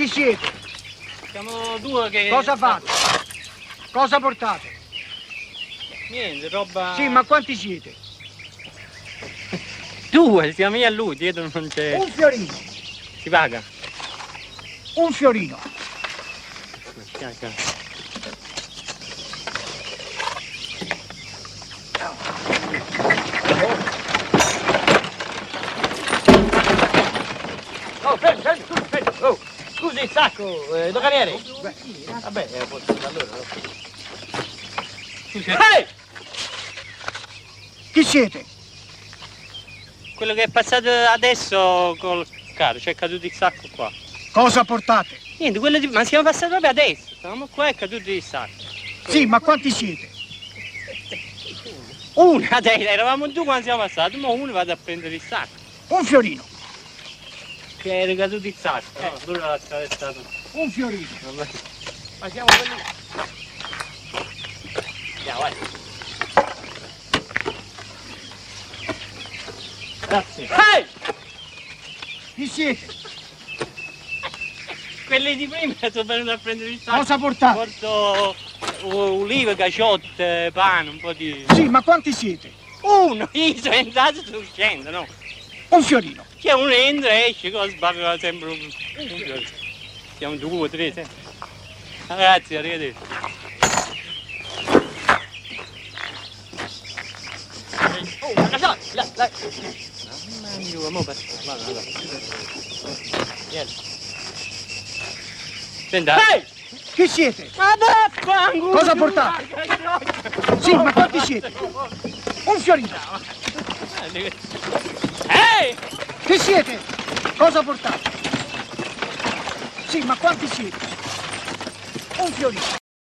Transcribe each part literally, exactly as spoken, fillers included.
Chi siete? Siamo due che... Cosa fate? Cosa portate? Niente, roba... Sì, ma quanti siete? Due, siamo io e lui, dietro non c'è... Un fiorino. Si paga? Un fiorino. Piano, piano. Oh, fermi, fermi, scusi, fermi. Oh, scusi, il sacco, eh, doganiere. Vabbè, eh, posso allora. Scusi. Ehi! Chi siete? Quello che è passato adesso col carro, c'è caduto il sacco qua. Cosa portate? Niente, quello di... ma siamo passati proprio adesso, stavamo qua e è caduto il sacco. Sì, ma quanti siete? Una, dai, eravamo due quando siamo passati, ma uno vado a prendere il sacco. Un fiorino. Che era caduto il sacco, eh, lui l'ha attraversato. Un fiorino. Vabbè. Ma siamo quelli... Andiamo, vai. Grazie. Ehi! Chi siete? Quelli di prima sono venuti a prendere il sacco. Cosa portate? Porto ulive, caciotte, pane, un po' di... Sì, ma quanti siete? Uno, io sono entrato e sto uscendo, no? Un fiorino. Che uno entra e esce, cosa sbarra sempre un... un... Siamo due, tre, sempre. Grazie, arrivederci. Oh, una casata, là, là. Mamma mia, mo' per... Guarda, guarda. Vieni. Senta. Ehi! Chi siete? Ma vaffanculo! Cosa portate? Sì, ma quanti siete? Un fiorino. Ehi! Chi siete? Cosa portate? Sì, ma quanti siete? Un fiorino.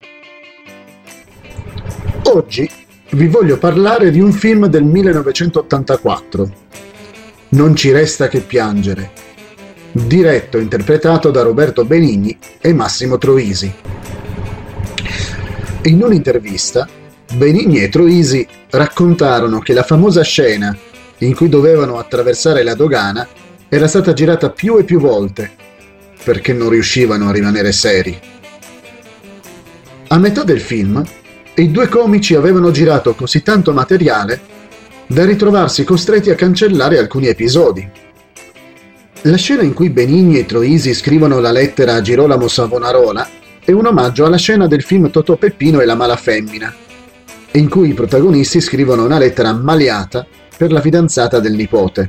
Oggi vi voglio parlare di un film del millenovecentottantaquattro, Non ci resta che piangere, diretto e interpretato da Roberto Benigni e Massimo Troisi. In un'intervista, Benigni e Troisi raccontarono che la famosa scena in cui dovevano attraversare la dogana era stata girata più e più volte perché non riuscivano a rimanere seri. A metà del film, i due comici avevano girato così tanto materiale da ritrovarsi costretti a cancellare alcuni episodi. La scena in cui Benigni e Troisi scrivono la lettera a Girolamo Savonarola è un omaggio alla scena del film Totò Peppino e la mala femmina, in cui i protagonisti scrivono una lettera maliata per la fidanzata del nipote.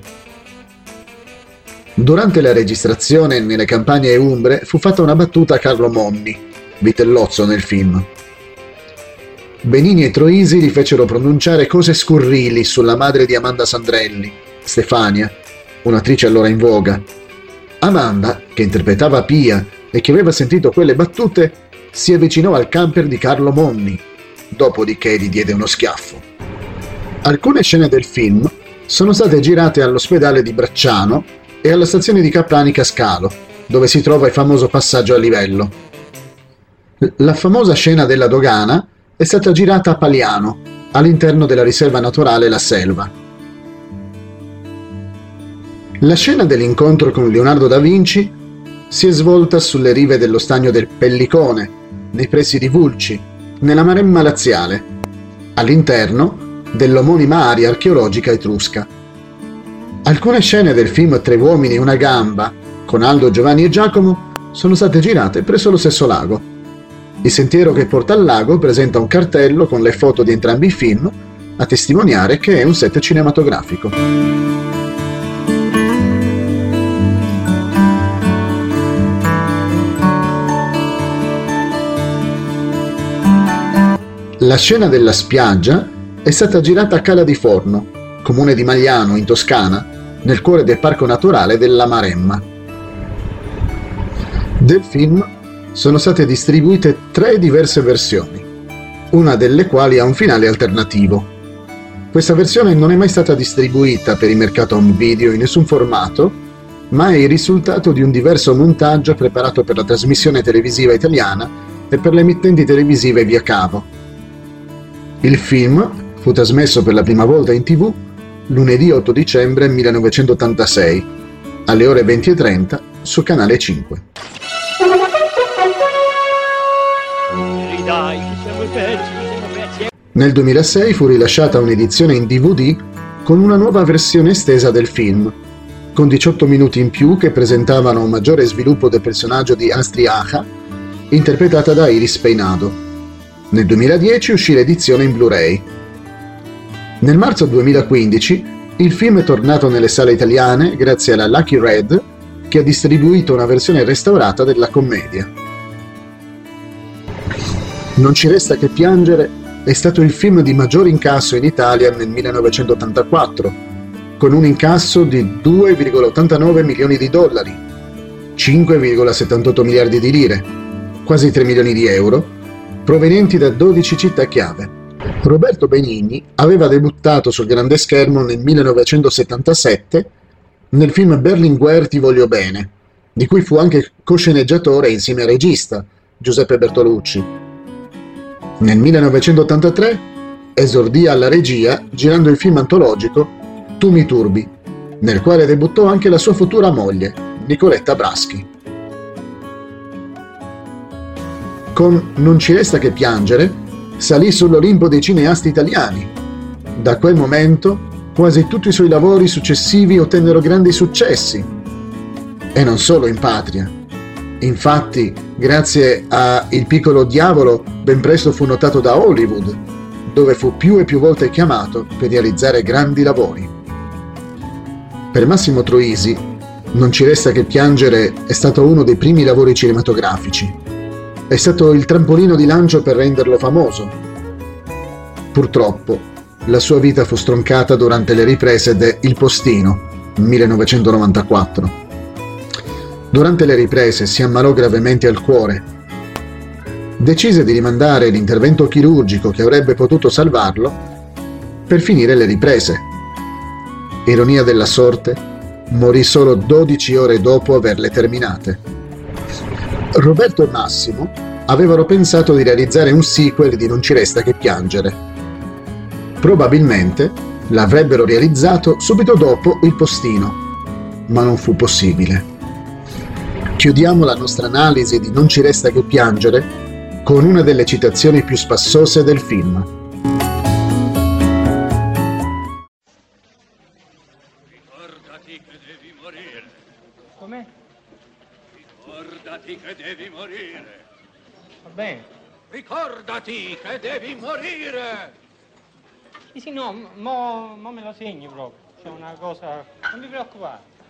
Durante la registrazione nelle campagne umbre fu fatta una battuta a Carlo Monni, vitellozzo nel film. Benigni e Troisi gli fecero pronunciare cose scurrili sulla madre di Amanda Sandrelli, Stefania, un'attrice allora in voga. Amanda, che interpretava Pia e che aveva sentito quelle battute, si avvicinò al camper di Carlo Monni, dopodiché gli diede uno schiaffo. Alcune scene del film sono state girate all'ospedale di Bracciano e alla stazione di Capranica Scalo, dove si trova il famoso passaggio a livello. La famosa scena della dogana è stata girata a Paliano, all'interno della riserva naturale La Selva. La scena dell'incontro con Leonardo da Vinci si è svolta sulle rive dello stagno del Pellicone, nei pressi di Vulci, nella Maremma laziale, all'interno dell'omonima area archeologica etrusca. Alcune scene del film Tre uomini e una gamba, con Aldo, Giovanni e Giacomo, sono state girate presso lo stesso lago. Il sentiero che porta al lago presenta un cartello con le foto di entrambi i film, a testimoniare che è un set cinematografico. La scena della spiaggia è stata girata a Cala di Forno, comune di Magliano, in Toscana, nel cuore del parco naturale della Maremma. Del film sono state distribuite tre diverse versioni, una delle quali ha un finale alternativo. Questa versione non è mai stata distribuita per il mercato home video in nessun formato, ma è il risultato di un diverso montaggio preparato per la trasmissione televisiva italiana e per le emittenti televisive via cavo. Il film fu trasmesso per la prima volta in tivù lunedì otto dicembre millenovecentottantasei, alle ore venti e trenta su Canale cinque. Nel duemilasei fu rilasciata un'edizione in D V D con una nuova versione estesa del film, con diciotto minuti in più che presentavano un maggiore sviluppo del personaggio di Astrid Aja, interpretata da Iris Peinado. Nel duemiladieci uscì l'edizione in Blu-ray. Nel marzo duemilaquindici il film è tornato nelle sale italiane grazie alla Lucky Red, che ha distribuito una versione restaurata della commedia. Non ci resta che piangere è stato il film di maggior incasso in Italia nel millenovecentottantaquattro, con un incasso di due virgola ottantanove milioni di dollari, cinque virgola settantotto miliardi di lire, quasi tre milioni di euro, provenienti da dodici città chiave. Roberto Benigni aveva debuttato sul grande schermo nel millenovecentosettantasette nel film Berlinguer Ti voglio bene, di cui fu anche cosceneggiatore insieme al regista Giuseppe Bertolucci. Nel millenovecentottantatré esordì alla regia girando il film antologico Tu mi turbi, nel quale debuttò anche la sua futura moglie, Nicoletta Braschi. Con Non ci resta che piangere salì sull'Olimpo dei cineasti italiani. Da quel momento quasi tutti i suoi lavori successivi ottennero grandi successi, e non solo in patria. Infatti, grazie a Il piccolo diavolo, ben presto fu notato da Hollywood, dove fu più e più volte chiamato per realizzare grandi lavori. Per Massimo Troisi, Non ci resta che piangere è stato uno dei primi lavori cinematografici. È stato il trampolino di lancio per renderlo famoso. Purtroppo, la sua vita fu stroncata durante le riprese de Il postino, millenovecentonovantaquattro. Durante le riprese si ammalò gravemente al cuore. Decise di rimandare l'intervento chirurgico che avrebbe potuto salvarlo per finire le riprese. Ironia della sorte, morì solo dodici ore dopo averle terminate. Roberto e Massimo avevano pensato di realizzare un sequel di Non ci resta che piangere. Probabilmente l'avrebbero realizzato subito dopo Il postino, ma non fu possibile. Chiudiamo la nostra analisi di Non ci resta che piangere con una delle citazioni più spassose del film. Ricordati che devi morire. Com'è? Ricordati che devi morire. Va bene. Ricordati che devi morire. Sì, sì, no, mo, mo me lo segni proprio. C'è una cosa... Non vi preoccupare.